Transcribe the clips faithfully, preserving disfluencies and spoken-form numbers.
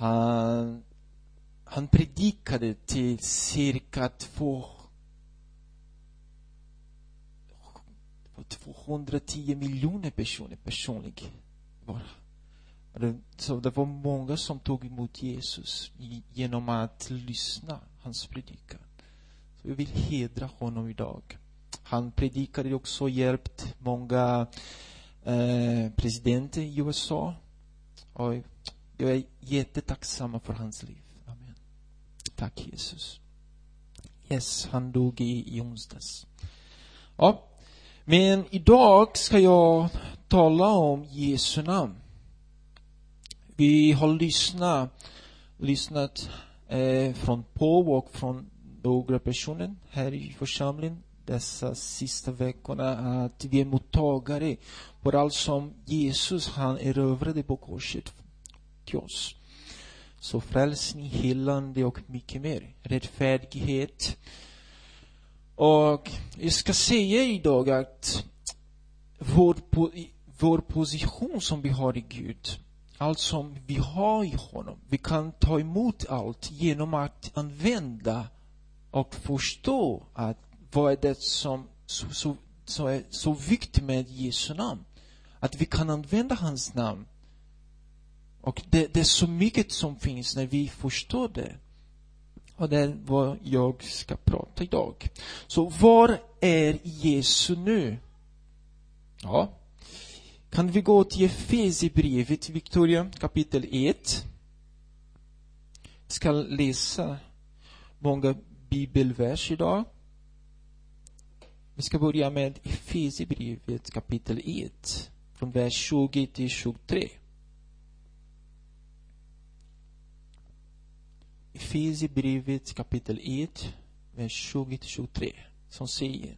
Han, han predikade till cirka två, tvåhundratio miljoner personer personligen. Så det var många som tog emot Jesus genom att lyssna hans predikan. Så vi vill hedra honom idag. Han predikade också hjälpt många eh, presidenter i U S A. Och jag är jättetacksam för hans liv. Amen. Tack Jesus. Yes, han dog i, i onsdags. Ja, men idag ska jag tala om Jesu namn. Vi har lyssnat, lyssnat eh, från på och från några personer här i församlingen dessa sista veckorna att vi är mottagare för allt som Jesus han erövrade på korset till oss. Så frälsning, helande och mycket mer. Rättfärdighet. Och jag ska säga idag att vår, vår position som vi har i Gud, allt som vi har i honom, vi kan ta emot allt genom att använda och förstå att vad är det som så, så, så är så viktigt med Jesu namn. Att vi kan använda hans namn. Och det, det är så mycket som finns när vi förstår det. Och det är vad jag ska prata idag. Så var är Jesu nu? Ja. Kan vi gå till Efesierbrevet, Victoria, kapitel ett. Jag ska läsa många bibelvers idag. Vi ska börja med Efesierbrevet, kapitel ett. Från vers tjugo till tjugotre. Efesierbrevet, kapitel ett, vers tjugo till tjugotre. Som säger: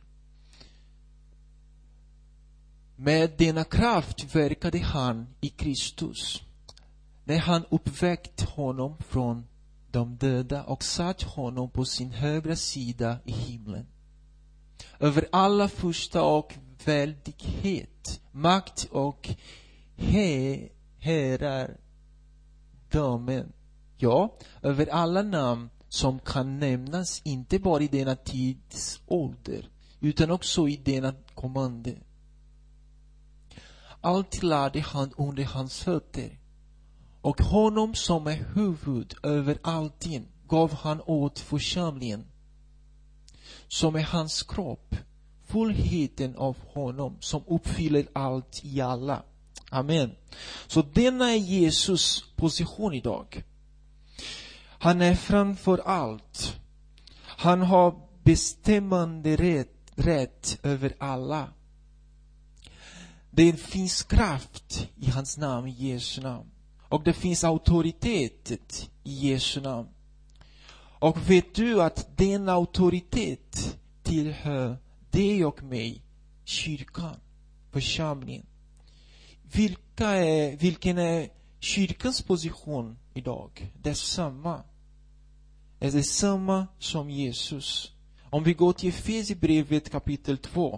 med denna kraft verkade han i Kristus, när han uppväckt honom från de döda och satt honom på sin högra sida i himlen. Över alla första och väldighet, makt och he- herradömen, ja, över alla namn som kan nämnas, inte bara i denna tids ålder, utan också i denna kommande. Allt lade han under hans fötter, och honom som är huvud över allting gav han åt församlingen, som är hans kropp, fullheten av honom som uppfyller allt i alla. Amen. Så denna är Jesus position idag. Han är framför allt. Han har bestämmande rätt, rätt över alla. Det finns kraft i hans namn, i Jesu namn. Och det finns auktoritet i Jesu namn. Och vet du att den auktoritet tillhör dig och mig, kyrkan, församlingen. Vilka är, vilken är kyrkans position idag? Det är samma. Det är det samma som Jesus. Om vi går till Efesierbrevet kapitel två.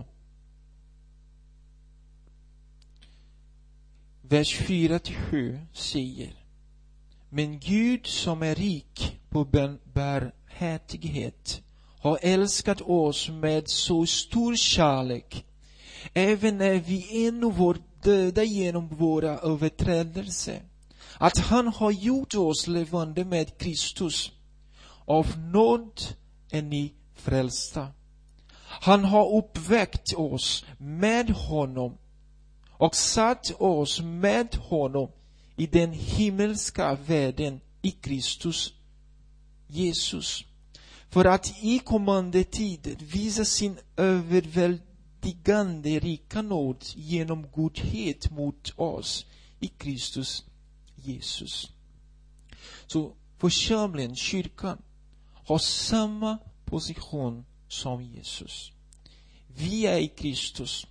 Vers fyra till sju säger: men Gud som är rik på barmhärtighet har älskat oss med så stor kärlek, även när vi ännu var döda genom våra överträdelser, att han har gjort oss levande med Kristus. Av nåd är ni frälsta. Han har uppväckt oss med honom och satt oss med honom i den himmelska världen i Kristus Jesus, för att i kommande tid visa sin överväldigande rika nåd genom godhet mot oss i Kristus Jesus. Så församlingen, kyrkan, har samma position som Jesus. Vi är i Kristus.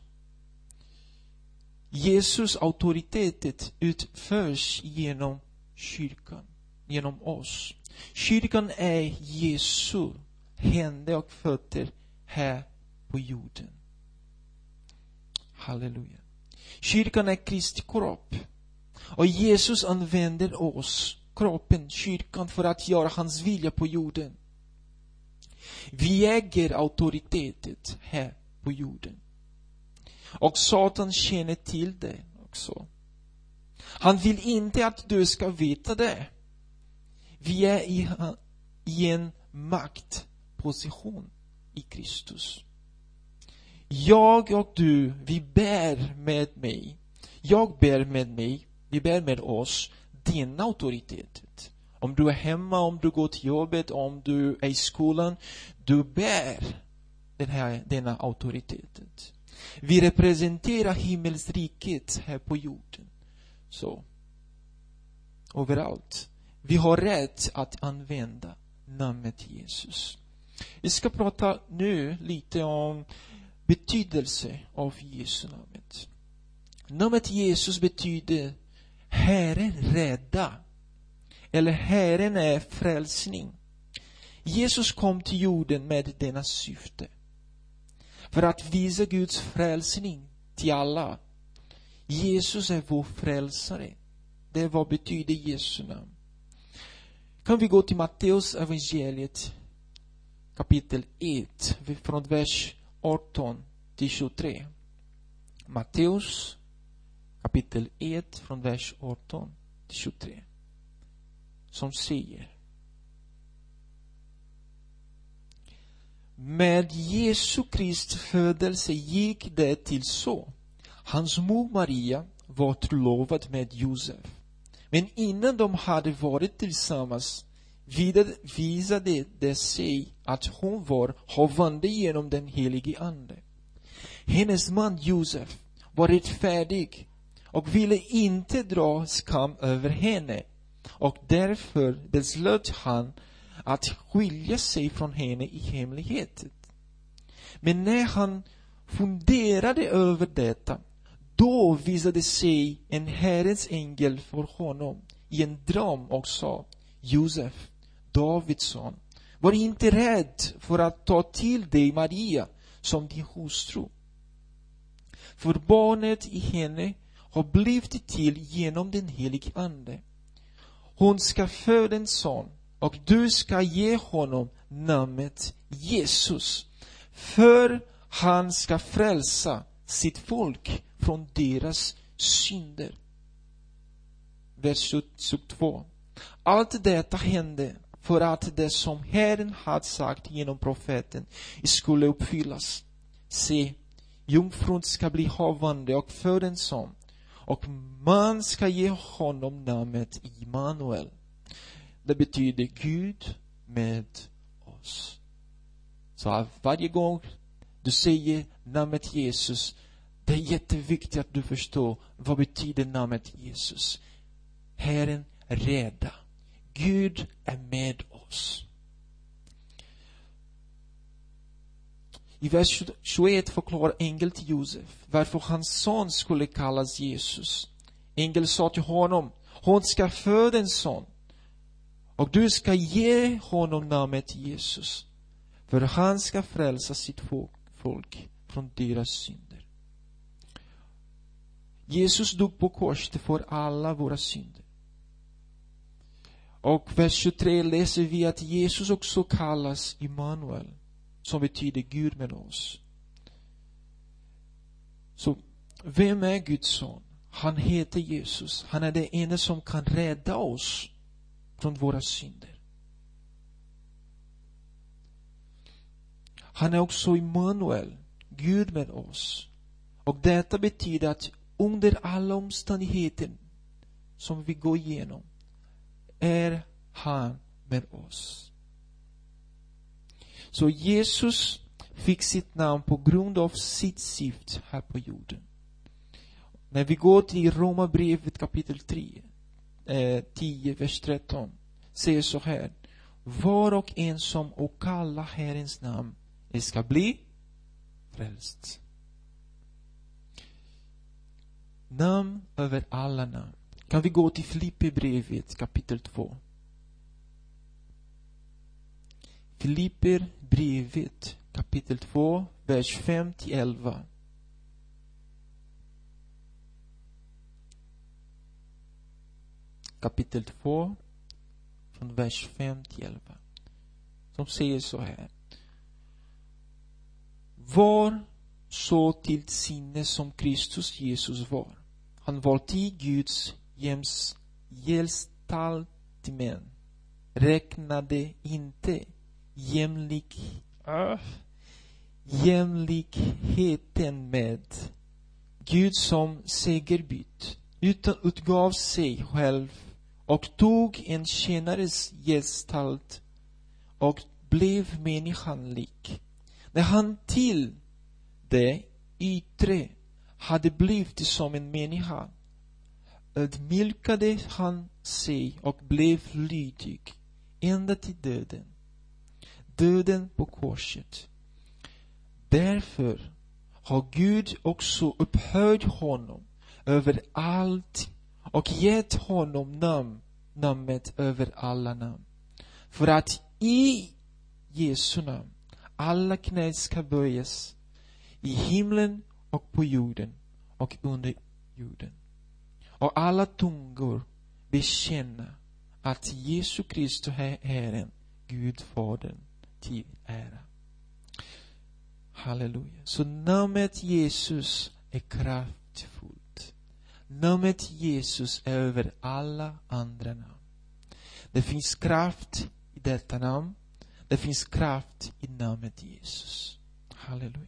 Jesus auktoritet utförs genom kyrkan, genom oss. Kyrkan är Jesu händer och fötter här på jorden. Halleluja. Kyrkan är Kristi kropp. Och Jesus använder oss kroppen, kyrkan, för att göra hans vilja på jorden. Vi äger auktoritetet här på jorden. Och Satan känner till det också. Han vill inte att du ska veta det. Vi är i, i en maktposition i Kristus. Jag och du, vi bär med mig. Jag bär med mig. Vi bär med oss din auktoritet. Om du är hemma, om du går till jobbet, om du är i skolan, du bär den här, denna auktoritet. Vi representerar himmelsriket här på jorden. Så, överallt. Vi har rätt att använda namnet Jesus. Vi ska prata nu lite om betydelse av Jesu namnet. Namnet Jesus betyder Herren rädda. Eller Herren är frälsning. Jesus kom till jorden med denna syfte. För att visa Guds frälsning till alla. Jesus är vår frälsare. Det är vad betyder Jesu namn. Kan vi gå till Matteus evangeliet kapitel ett från vers arton till tjugotre. Matteus kapitel ett från vers arton till tjugotre. Som säger: med Jesu Kristi födelse gick det till så. Hans mor Maria var trolovad med Josef. Men innan de hade varit tillsammans visade det sig att hon var havande genom den helige ande. Hennes man Josef var rättfärdig och ville inte dra skam över henne, och därför beslöt han att skilja sig från henne i hemlighet. Men när han funderade över detta, då visade sig en Herrens ängel för honom i en dröm och sa: Josef, Davids son, var inte rädd för att ta till dig Maria som din hustru. För barnet i henne har blivit till genom den helige ande. Hon ska föda en son, och du ska ge honom namnet Jesus, för han ska frälsa sitt folk från deras synder. Vers tjugotvå. Allt detta hände för att det som Herren hade sagt genom profeten skulle uppfyllas. Se, jungfrun ska bli havande och föda en son, och man ska ge honom namnet Immanuel. Det betyder Gud med oss. Så varje gång du säger namnet Jesus, det är jätteviktigt att du förstår vad betyder namnet Jesus. Herren är rädda. Gud är med oss. I vers tjugoett förklarar ängeln till Josef varför hans son skulle kallas Jesus. Ängeln sa till honom: hon ska föda en son, och du ska ge honom namnet Jesus, för han ska frälsa sitt folk från deras synder. Jesus dog på korset för alla våra synder. Och vers tjugotre läser vi att Jesus också kallas Immanuel, som betyder Gud med oss. Så vem är Guds son? Han heter Jesus. Han är den enda som kan rädda oss från våra synder. Han är också Immanuel, Gud med oss. Och detta betyder att under alla omständigheter som vi går igenom är han med oss. Så Jesus fick sitt namn på grund av sitt syfte här på jorden. När vi går till Romarbrevet kapitel tre, eh, tio, vers tretton, säger så här: var och en som åkallar Herrens namn ska bli frälst. Namn över alla namn. Kan vi gå till Filipperbrevet kapitel två? Filipperbrevet kapitel två, vers fem till elva. Kapitel två, från vers fem till elva. Som säger så här: var så till sinne som Kristus Jesus var. Han var till Guds jäms gestalt men räknade inte jämlik, äh, jämlikheten med Gud som segerbytt, utan utgav sig själv och tog en tjänares gestalt och blev människan lik. När han till det yttre hade blivit som en människa, ödmjukade han sig och blev lydig ända till döden. Döden på korset. Därför har Gud också upphöjt honom över allt och gett honom namn, namnet över alla namn. För att i Jesu namn alla knä ska böjas, i himlen och på jorden och under jorden. Och alla tungor bekänna att Jesu Kristus är Herren, Gud Fadern till ära. Halleluja. Så namnet Jesus är kraftfullt. Namnet Jesus är över alla andra namn. Det finns kraft i detta namn. Det finns kraft i namnet Jesus. Halleluja.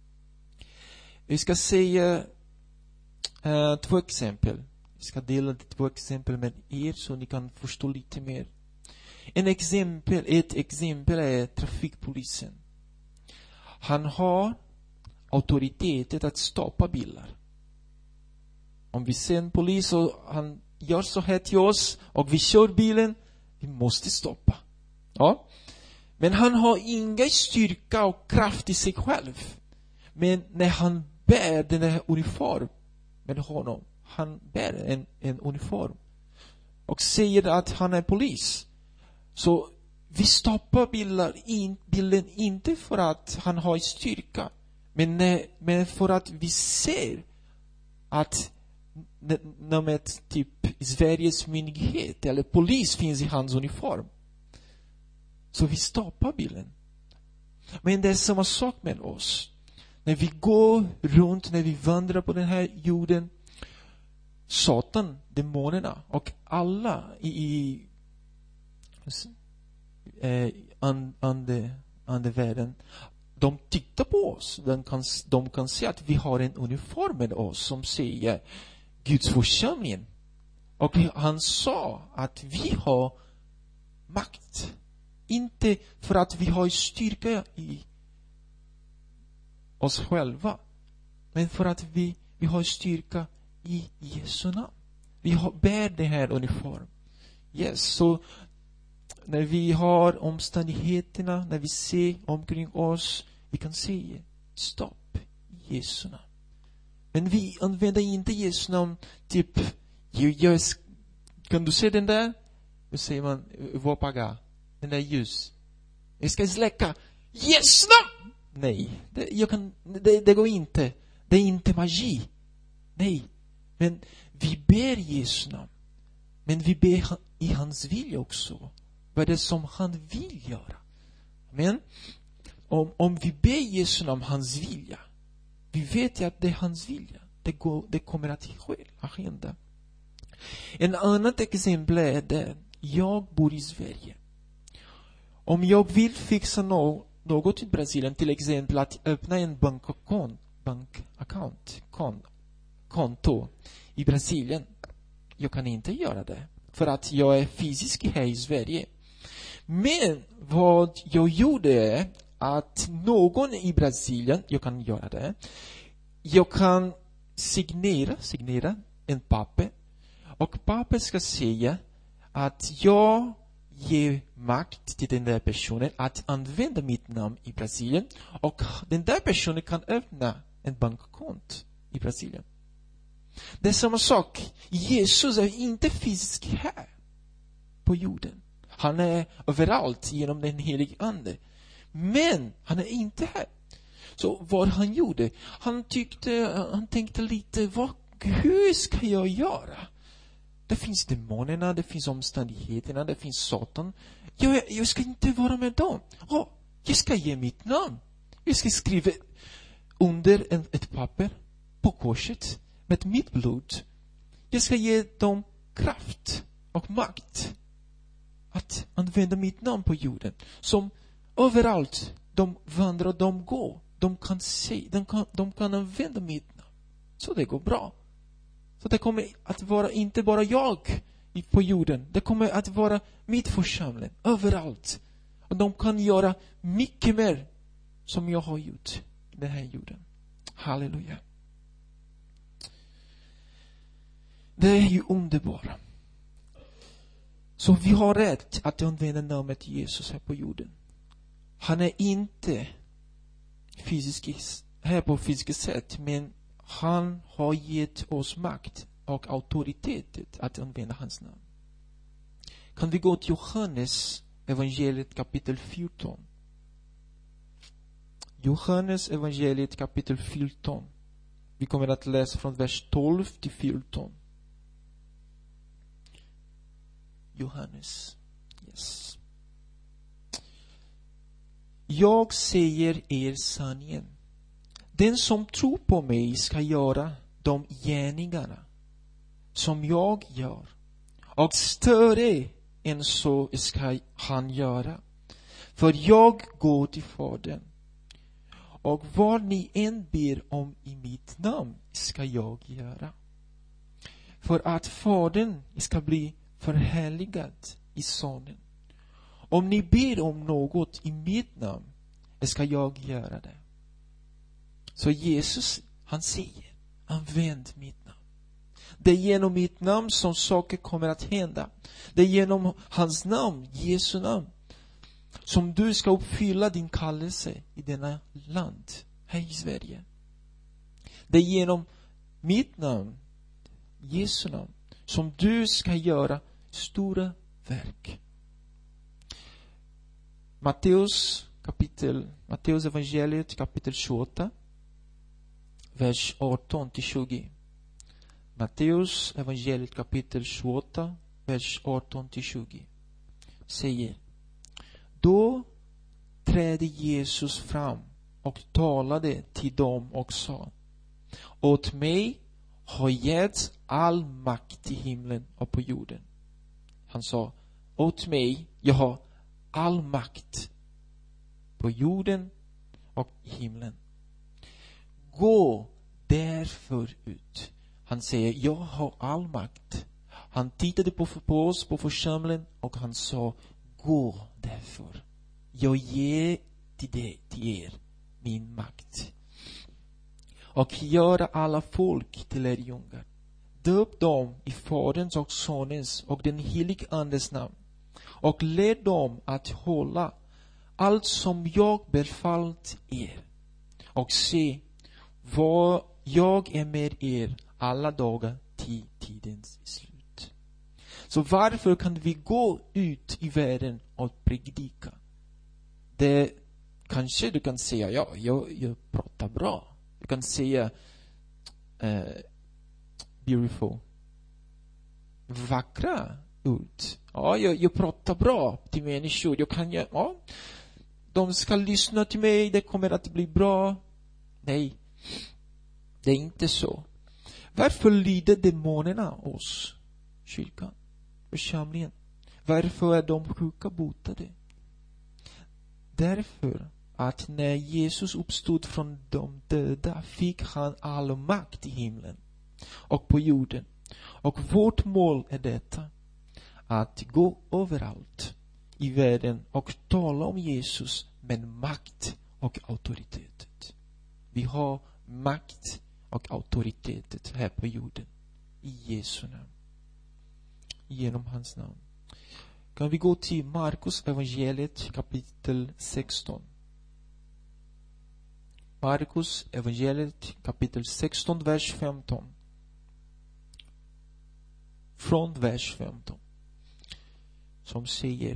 Vi ska säga uh, två exempel. Vi ska dela två exempel med er så ni kan förstå lite mer. En exempel, ett exempel är trafikpolisen. Han har auktoritet att stoppa bilar. Om vi ser en polis och han gör så här till oss och vi kör bilen, vi måste stoppa. Ja. Men han har inga styrka och kraft i sig själv. Men när han bär den här uniform med honom, han bär en, en uniform och säger att han är polis, så vi stoppar bilar in, bilen inte för att han har styrka, men, när, men för att vi ser att namnet typ Sveriges myndighet eller polis finns i hans uniform. Så vi stoppar bilen. Men det är samma sak med oss. När vi går runt, när vi vandrar på den här jorden, Satan, demonerna och alla i, i eh, and, ande, andevärlden, de tittar på oss. De kan, de kan se att vi har en uniform med oss som säger Guds församling. Och han sa att vi har makt. Inte för att vi har styrka i oss själva, men för att vi, vi har styrka i Jesu namn. Vi har, bär det här uniform. Yes, så när vi har omständigheterna, när vi ser omkring oss, vi kan säga stopp i Jesu namn. Men vi använder inte Jesu namn typ, just, kan du se den där? Då säger man, vad paga? Den där ljus. Jag ska släcka. Jesu namn! Nej, det, jag kan, det, det går inte. Det är inte magi. Nej, men vi ber Jesu namn. Men vi ber i hans vilja också. Vad är det som han vill göra? Men om, om vi ber Jesu namn hans vilja, vi vet ju att det är hans vilja. Det, går, det kommer att ske, att hända. En annat exempel är det. Jag bor i Sverige. Om jag vill fixa no, något i Brasilien, till exempel att öppna en bankaccount, bankaccount, kon, konto i Brasilien, jag kan inte göra det. För att jag är fysisk här i Sverige. Men vad jag gjorde är att någon i Brasilien, jag kan göra det. Jag kan signera, signera en papper. Och papper ska säga att jag ger makt till den där personen att använda mitt namn i Brasilien. Och den där personen kan öppna en bankkonto i Brasilien. Det är samma sak. Jesus är inte fysisk här på jorden. Han är överallt genom den helige ande. Men han är inte här. Så vad han gjorde, han tyckte, han tänkte lite, vad, hur ska jag göra? Det finns demonerna, det finns omständigheterna, det finns Satan. Jag, jag ska inte vara med dem. Oh, jag ska ge mitt namn. Jag ska skriva under en, ett papper på korset med mitt blod. Jag ska ge dem kraft och makt att använda mitt namn på jorden. Som överallt de vandrar, de går. De kan se, de kan, de kan använda mitt namn. Så det går bra. Så det kommer att vara inte bara jag på jorden. Det kommer att vara mitt församling överallt. Och de kan göra mycket mer som jag har gjort i den här jorden. Halleluja. Det är ju underbart. Så vi har rätt att använda namnet Jesus här på jorden. Han är inte fysisk, här på fysiskt sätt, men han har gett oss makt och auktoritet att använda hans namn. Kan vi gå till Johannes evangeliet kapitel fjorton? Johannes evangeliet kapitel fjorton. Vi kommer att läsa från vers tolv till fjorton. Johannes. Yes. Jag säger er sanningen. Den som tror på mig ska göra de gärningarna som jag gör. Och större än så ska han göra. För jag går till Fadern. Och vad ni än ber om i mitt namn ska jag göra. För att Fadern ska bli förhärligad i Sonen. Om ni ber om något i mitt namn ska jag göra det. Så Jesus, han säger, använd mitt namn. Det är genom mitt namn som saker kommer att hända. Det är genom hans namn, Jesu namn, som du ska uppfylla din kallelse i denna land, här i Sverige. Det är genom mitt namn, Jesu namn, som du ska göra stora verk. Matteus kapitel, Matteus evangeliet kapitel tjugoåtta, vers arton till tjugo. Matteus evangeliet kapitel tjugoåtta, vers arton till tjugo. Säger: Då trädde Jesus fram och talade till dem och sa: Åt mig har getts all makt i himlen och på jorden. Han sa: Åt mig, jag har all makt på jorden och i himlen. Gå därför ut. Han säger, jag har all makt. Han tittade på, på oss, på församlingen, och han sa, gå därför. Jag ger till, det, till er min makt. Och göra alla folk till lärjungar. Döp dem i Faderns och Sonens och den helige Andes namn. Och led dem att hålla allt som jag befallt er. Och se, vad jag är med er alla dagar till tidens slut. Så varför kan vi gå ut i världen och predika? Det kanske du kan säga, ja, jag, jag pratar bra. Du kan säga uh, beautiful, vackra ut. Ja, jag, jag pratar bra till människor. Jag kan, ja, de ska lyssna till mig, det kommer att bli bra. Nej, det är inte så. Varför lyder demonerna oss, kyrkan, församlingen? Varför är de sjuka botade? Därför att när Jesus uppstod från de döda fick han all makt i himlen och på jorden. Och vårt mål är detta: att gå överallt i världen och tala om Jesus med makt och auktoritet. Vi har makt och auktoritet här på jorden i Jesu namn, genom hans namn. Kan vi gå till Markus evangeliet kapitel sexton. Markus evangeliet kapitel sexton, vers femton. Från vers femton. Som säger: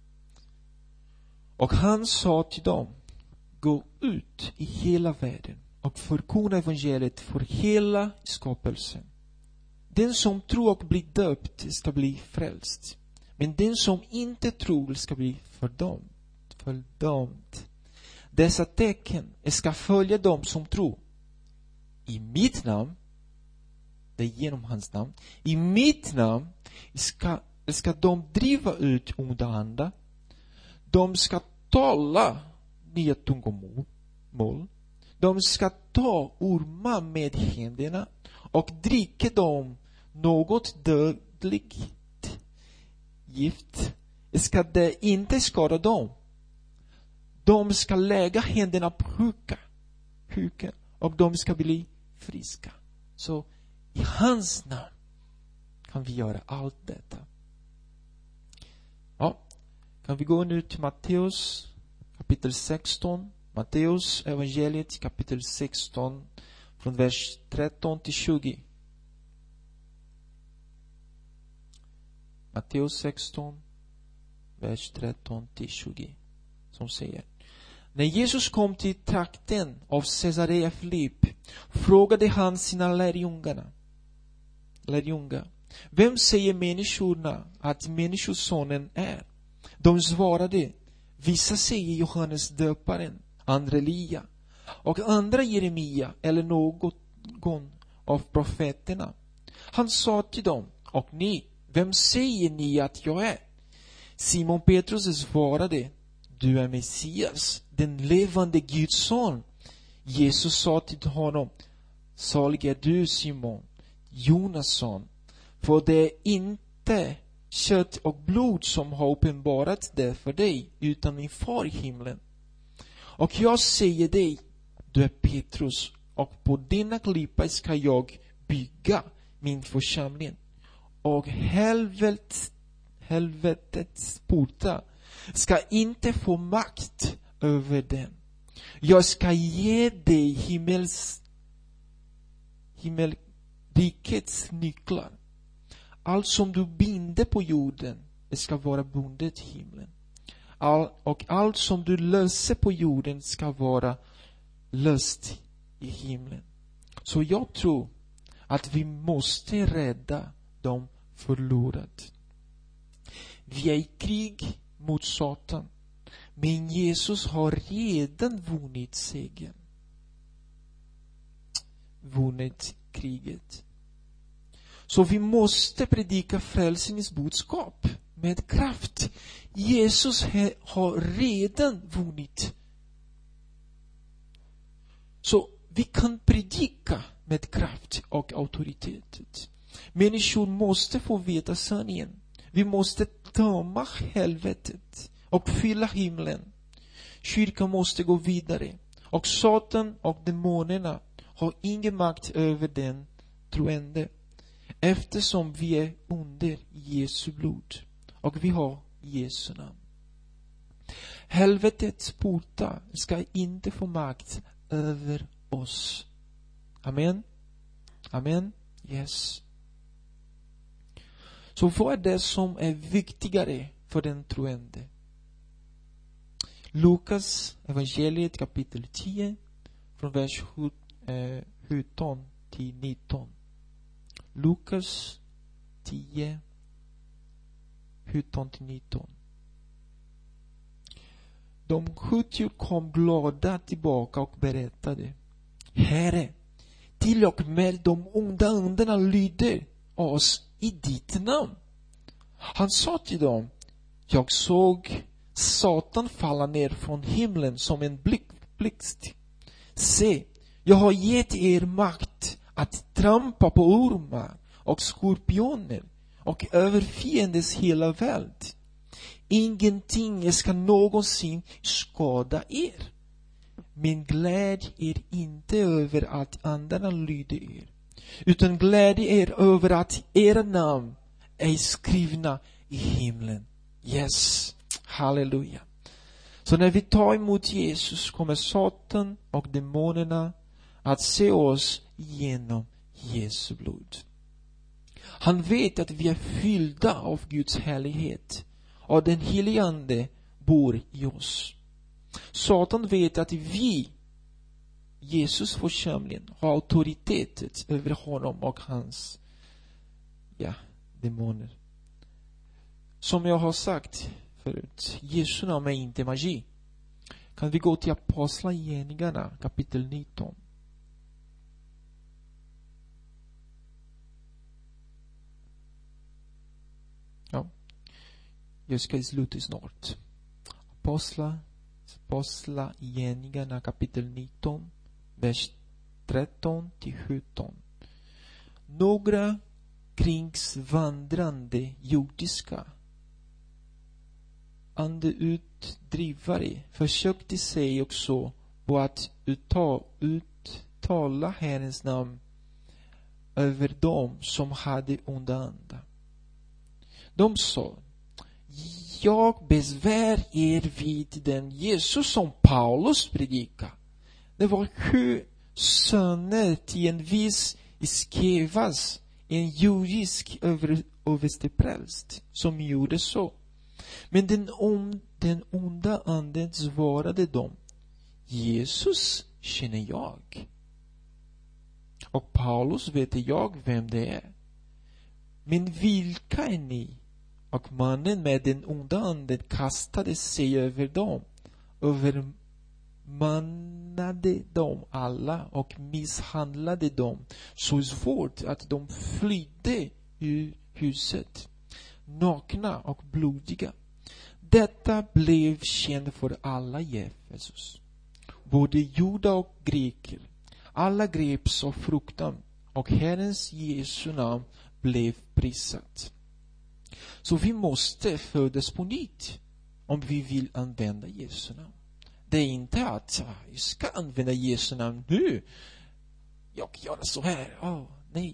Och han sa till dem, gå ut i hela världen och förkunna evangeliet för hela skapelsen. Den som tror och blir döpt ska bli frälst. Men den som inte tror ska bli fördömd. fördömd. Dessa tecken ska följa dem som tror. I mitt namn, det är genom hans namn, i mitt namn ska, ska de driva ut onda andar. De ska tala nya tungomål. De ska ta ormar med händerna och dricka dem något dödligt gift. Ska det inte skada dem. De ska lägga händerna på sjuka, sjuka och de ska bli friska. Så i hans namn kan vi göra allt detta. Ja, kan vi gå nu till Matteus kapitel sexton. Matteus evangeliet kapitel sexton från vers tretton till tjugo. Matteus sexton vers tretton till tjugo, som säger: När Jesus kom till trakten av Caesarea Filipp frågade han sina lärjungarna lärjungar: Vem säger människorna att människosonen är? De svarade: Vissa säger Johannes döparen, andra Elia och andra Jeremia eller någon av profeterna. Han sa till dem: Och ni, vem säger ni att jag är? Simon Petrus svarade: Du är Messias, den levande Guds son. Jesus sa till honom: Salig är du, Simon, Jonas son, för det är inte kött och blod som har uppenbarat det för dig, utan min far i himlen. Och jag säger dig, du är Petrus, och på denna klippa ska jag bygga min församling, och helvet, helvetets portar ska inte få makt över den. Jag ska ge dig himmels himmelrikets nycklar. Allt som du binder på jorden, det ska vara bundet i himlen. All, och allt som du löser på jorden ska vara löst i himlen. Så jag tror att vi måste rädda de förlorade. Vi är i krig mot Satan, men Jesus har redan vunnit segern. Vunnit kriget. Så vi måste predika frälsningens budskap med kraft. Jesus har redan vunnit. Så vi kan predika med kraft och auktoritet. Människor måste få veta sanningen. Vi måste tömma helvetet och fylla himlen. Kyrkan måste gå vidare. Och Satan och demonerna har ingen makt över den troende. Eftersom vi är under Jesu blod. Och vi har Jesu namn. Helvetets portar ska inte få makt över oss. Amen. Amen. Yes. Så vad är det som är viktigare för den troende? Lukas evangeliet kapitel tio från vers sjutton till nitton. Lukas tio sjutton till nitton. De sjuttio kom glada tillbaka och berättade: Herre, till och med de onda andarna lyder oss i ditt namn. Han sa till dem: Jag såg Satan falla ner från himlen som en blixt. Se, jag har gett er makt att trampa på ormar och skorpioner och över fiendens hela värld. Ingenting ska någonsin skada er. Men glädj er inte över att andarna lyder er, utan glädj er över att era namn är skrivna i himlen. Yes, halleluja. Så när vi tar emot Jesus kommer Satan och demonerna att se oss genom Jesu blod. Han vet att vi är fyllda av Guds härlighet och den helige Ande bor i oss. Satan vet att vi, Jesus församling, har auktoritet över honom och hans ja, demoner. Som jag har sagt förut, Jesu namn är inte magi. Kan vi gå till Apostlagärningarna kapitel nitton. Ja, jag ska sluta snart. Apostla, Apostlagärningarna kapitel nitton, vers tretton till sjutton. Några kringsvandrande judiska andeutdrivare försökte sig också på att utta, uttala Herrens namn över dem som hade onda andar. De sa: jag besvär er vid den Jesus som Paulus predikar. Det var sju söner till en viss Skevas, en judisk över, överstepräst, som gjorde så. Men den, om, den onda anden svarade dem: Jesus känner jag, och Paulus vet jag vem det är. Men vilka är ni? Och mannen med den onda anden kastade sig över dem, övermannade dem alla och misshandlade dem så svårt att de flydde ur huset, nakna och blodiga. Detta blev känt för alla i Efesus, både judar och greker. Alla greps av fruktan, och Herrens Jesu namn blev prisat. Så vi måste födas på nytt om vi vill använda Jesu namn. Det är inte att jag ska använda Jesu namn nu. Jag gör så här. Oh, nej.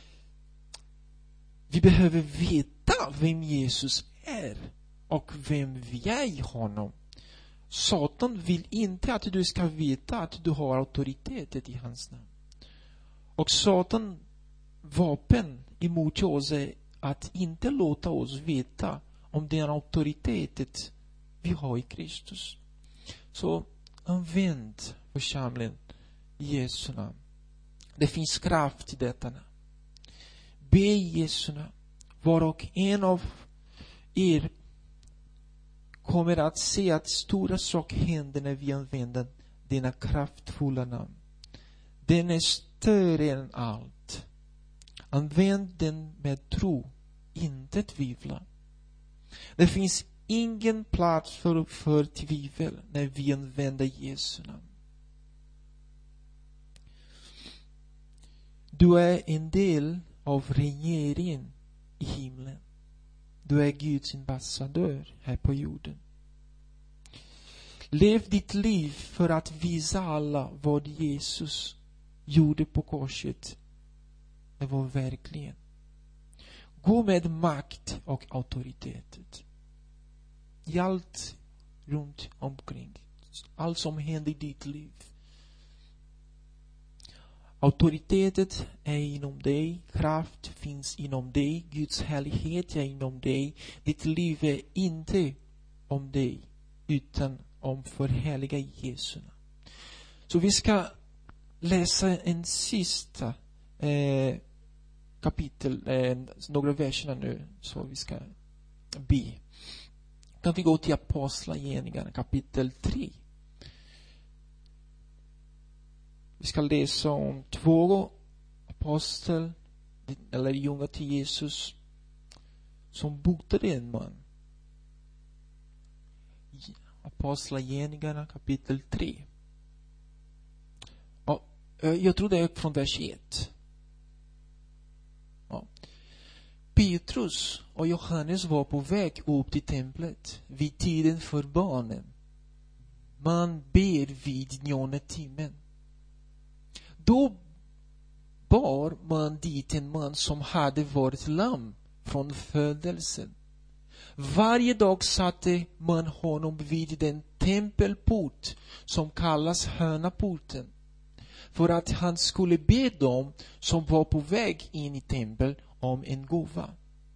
Vi behöver veta vem Jesus är och vem vi är i honom. Satan vill inte att du ska veta att du har auktoritet i hans namn. Och Satan vapen emot oss är att inte låta oss veta om den auktoritet vi har i Kristus. Så använd församlingen Jesu namn. Det finns kraft i detta namn. Be Jesu namn. Var och en av er kommer att se att stora saker händer när vi använder denna kraftfulla namn. Den är större än allt. Använd den med tro, inte tvivla. Det finns ingen plats för, för tvivel när vi använder Jesu namn. Du är en del av regeringen i himlen. Du är Guds ambassadör här på jorden. Lev ditt liv för att visa alla vad Jesus gjorde på korset. Det var verkligen. Gå med makt och auktoritet i allt runt omkring. Allt som händer i ditt liv. Auktoritetet är inom dig. Kraft finns inom dig. Guds härlighet är inom dig. Ditt liv är inte om dig, utan om förhärliga Jesu namn. Så vi ska läsa en sista eh, kapitel, eh, några verserna nu, så vi ska be. Kan vi gå till Apostlagärningarna kapitel tre. Vi ska läsa om två apostel eller junga till Jesus som botade en man. Apostlagärningarna kapitel tre. Ja, jag tror det är från vers ett. Ja. Petrus och Johannes var på väg upp till templet vid tiden för barnen. Man ber vid nionde timmen. Då bar man dit en man som hade varit lam från födelsen. Varje dag satte man honom vid den tempelport som kallas Hörnaporten, för att han skulle be dem som var på väg in i tempel om en gåva.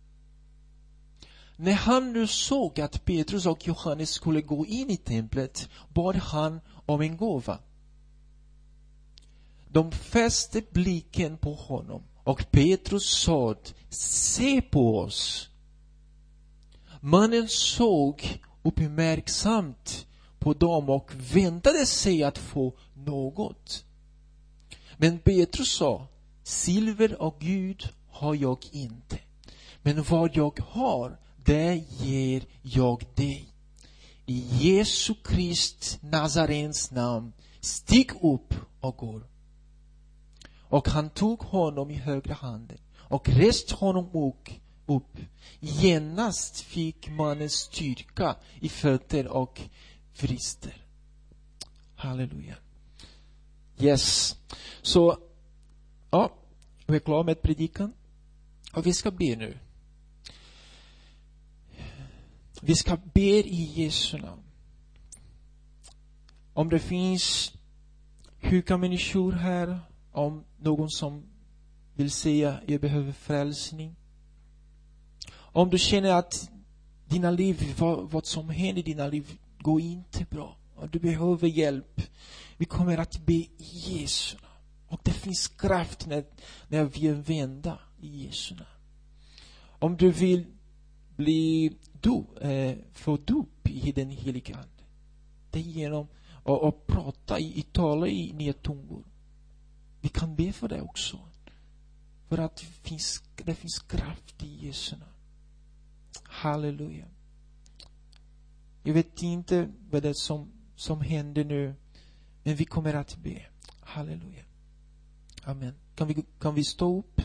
När han nu såg att Petrus och Johannes skulle gå in i templet, bad han om en gåva. De fäste blicken på honom, Och Petrus sa, se på oss. Mannen såg uppmärksamt på dem och väntade sig att få något. Men Petrus sa, silver och guld har jag inte. Men vad jag har, det ger jag dig. I Jesu Krist Nazarens namn, stig upp och går. Och han tog honom i högra handen och reste honom upp. Genast fick mannen styrka i fötter och vrister. Halleluja. Yes. Så, ja, vi är klara med predikan. Och vi ska be nu. Vi ska be i Jesu namn. Om det finns sjuka människor här, om någon som vill säga jag behöver frälsning. Om du känner att dina liv, vad, vad som händer i dina liv går inte bra och du behöver hjälp. Vi kommer att be i Jesu namn. Och det finns kraft när, när vi vänder i Jesu namn. Om du vill bli du, eh, få dop i den heliga ande. Det är genom att, att prata i, i tala i nya tungor. Vi kan be för det också. För att det finns, det finns kraft i Jesu namn. Halleluja. Jag vet inte vad det är som, som händer nu. Men vi kommer att be. Halleluja. Amen. Kan vi, kan vi stå upp?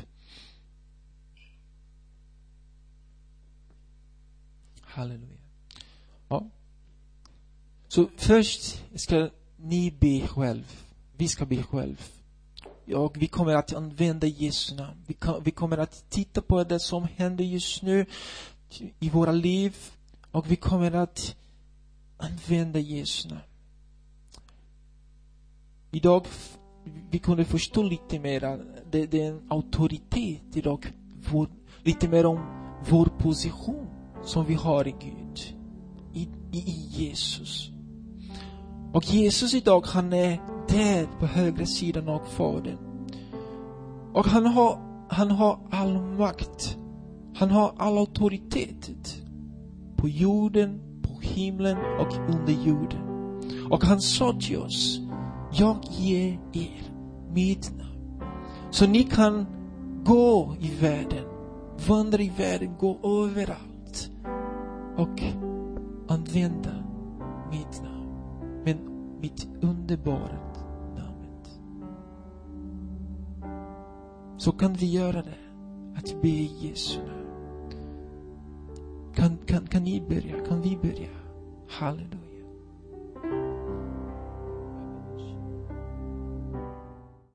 Halleluja. Ja. Så först ska ni be själv. Vi ska be själv. Och vi kommer att använda Jesu namn. Vi, kan, vi kommer att titta på det som händer just nu i våra liv. Och vi kommer att använda Jesu namn. Idag vi kunde förstå lite mer. Det, det är en auktoritet idag. Vår, lite mer om vår position som vi har i Gud. I, i, i Jesus. Och Jesus idag, han är där på högra sidan av Fadern. Och han har, han har all makt. Han har all auktoritet. På jorden, på himlen och under jorden. Och han sa till oss, jag ger er mitt namn. Så ni kan gå i världen, vandra i världen, gå överallt. Och använda mitt namn. Men mitt underbara namnet. Så kan vi göra det. Att be i Jesu namn. Kan, kan, kan ni börja? Kan vi börja? Halleluja.